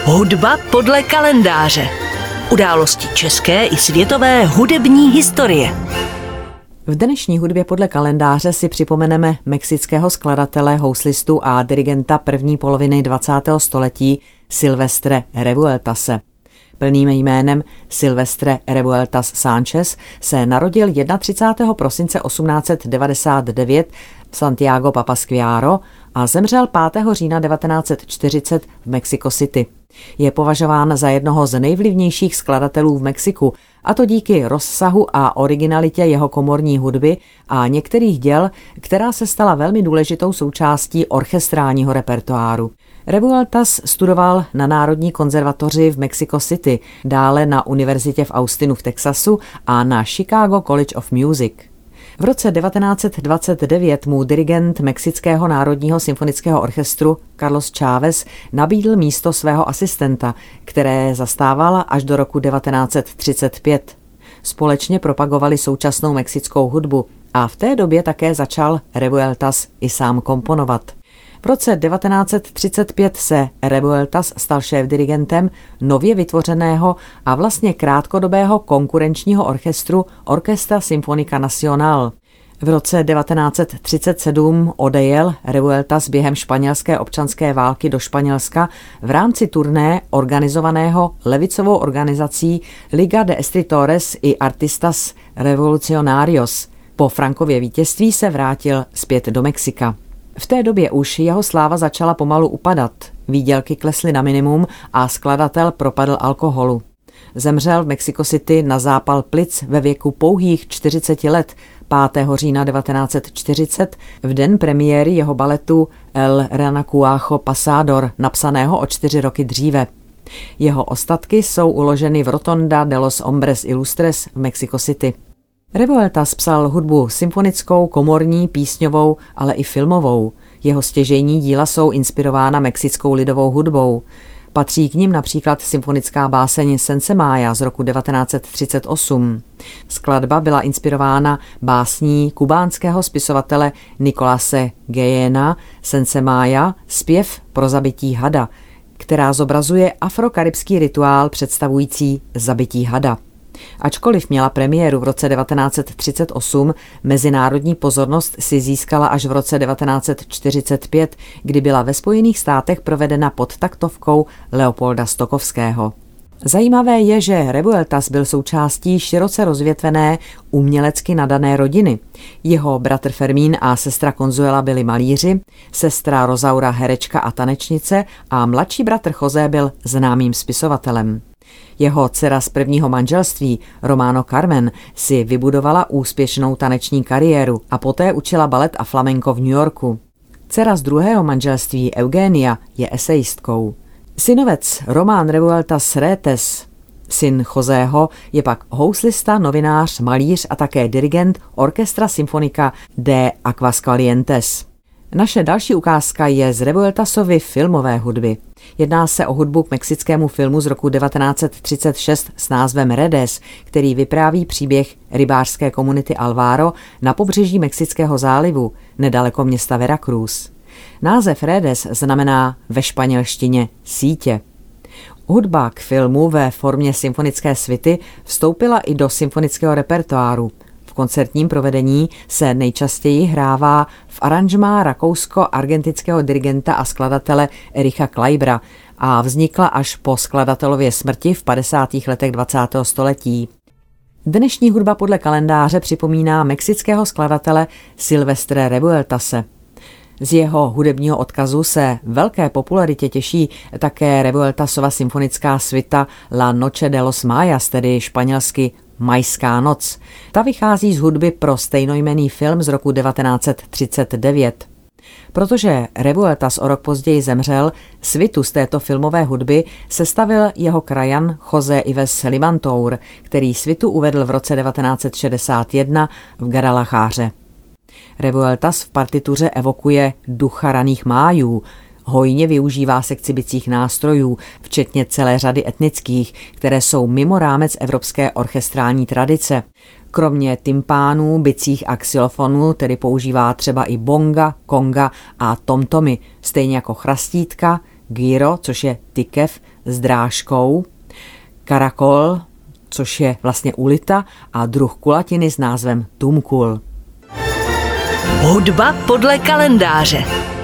Hudba podle kalendáře. Události české i světové hudební historie. V dnešní hudbě podle kalendáře si připomeneme mexického skladatele, houslistu a dirigenta první poloviny 20. století Silvestre Revueltase. Plným jménem Silvestre Revueltas Sánchez se narodil 31. prosince 1899 v Santiago Papasquiaro a zemřel 5. října 1940 v Mexico City. Je považován za jednoho z nejvlivnějších skladatelů v Mexiku, a to díky rozsahu a originalitě jeho komorní hudby a některých děl, která se stala velmi důležitou součástí orchestrálního repertoáru. Revueltas studoval na Národní konzervatoři v Mexico City, dále na univerzitě v Austinu v Texasu a na Chicago College of Music. V roce 1929 mu dirigent Mexického národního symfonického orchestru Carlos Chávez nabídl místo svého asistenta, které zastával až do roku 1935. Společně propagovali současnou mexickou hudbu a v té době také začal Revueltas i sám komponovat. V roce 1935 se Revueltas stal šéfdirigentem nově vytvořeného a vlastně krátkodobého konkurenčního orchestru Orquesta Sinfónica Nacional. V roce 1937 odejel Revueltas během španělské občanské války do Španělska v rámci turné organizovaného levicovou organizací Liga de Escritores y Artistas Revolucionarios. Po Frankově vítězství se vrátil zpět do Mexika. V té době už jeho sláva začala pomalu upadat, výdělky klesly na minimum a skladatel propadl alkoholu. Zemřel v Mexico City na zápal plic ve věku pouhých 40 let 5. října 1940 v den premiéry jeho baletu El Renacuajo Pasador, napsaného o 4 roky dříve. Jeho ostatky jsou uloženy v Rotonda de los Hombres Ilustres v Mexico City. Revueltas psal hudbu symfonickou, komorní, písňovou, ale i filmovou. Jeho stěžejní díla jsou inspirována mexickou lidovou hudbou. Patří k nim například symfonická báseň Sensemája z roku 1938. Skladba byla inspirována básní kubánského spisovatele Nicolase Guillena Sensemája Zpěv pro zabití hada, která zobrazuje afrokaribský rituál představující zabití hada. Ačkoliv měla premiéru v roce 1938, mezinárodní pozornost si získala až v roce 1945, kdy byla ve Spojených státech provedena pod taktovkou Leopolda Stokowského. Zajímavé je, že Revueltas byl součástí široce rozvětvené umělecky nadané rodiny. Jeho bratr Fermín a sestra Consuela byli malíři, sestra Rosaura herečka a tanečnice a mladší bratr José byl známým spisovatelem. Jeho dcera z prvního manželství, Romano Carmen, si vybudovala úspěšnou taneční kariéru a poté učila balet a flamenko v New Yorku. Dcera z druhého manželství, Eugenia, je esejistkou. Synovec Román Revueltas Retes, syn Joseho, je pak houslista, novinář, malíř a také dirigent Orchestra Sinfónica de Aguascalientes. Naše další ukázka je z Revueltasovy filmové hudby. Jedná se o hudbu k mexickému filmu z roku 1936 s názvem Redes, který vypráví příběh rybářské komunity Alvaro na pobřeží Mexického zálivu, nedaleko města Veracruz. Název Redes znamená ve španělštině sítě. Hudba k filmu ve formě symfonické svity vstoupila i do symfonického repertoáru. V koncertním provedení se nejčastěji hrává v aranžmá rakousko-argentinského dirigenta a skladatele Ericha Kleibera a vznikla až po skladatelově smrti v 50. letech 20. století. Dnešní hudba podle kalendáře připomíná mexického skladatele Silvestre Revueltase. Z jeho hudebního odkazu se velké popularitě těší také Revueltasova symfonická svita La Noche de los Mayas, tedy španělsky Majská noc. Ta vychází z hudby pro stejnojmenný film z roku 1939. Protože Revueltas o rok později zemřel, svitu z této filmové hudby sestavil jeho krajan José Ives Limantour, který svitu uvedl v roce 1961 v Guadalajáře. Revueltas v partituře evokuje ducha raných májů, hojně využívá sekci bicích nástrojů, včetně celé řady etnických, které jsou mimo rámec evropské orchestrální tradice. Kromě tympánů, bicích a xylofonů tedy používá třeba i bonga, konga a tomtomy, stejně jako chrastítka, gyro, což je tykev s drážkou, karakol, což je vlastně ulita, a druh kulatiny s názvem tumkul. Hudba podle kalendáře.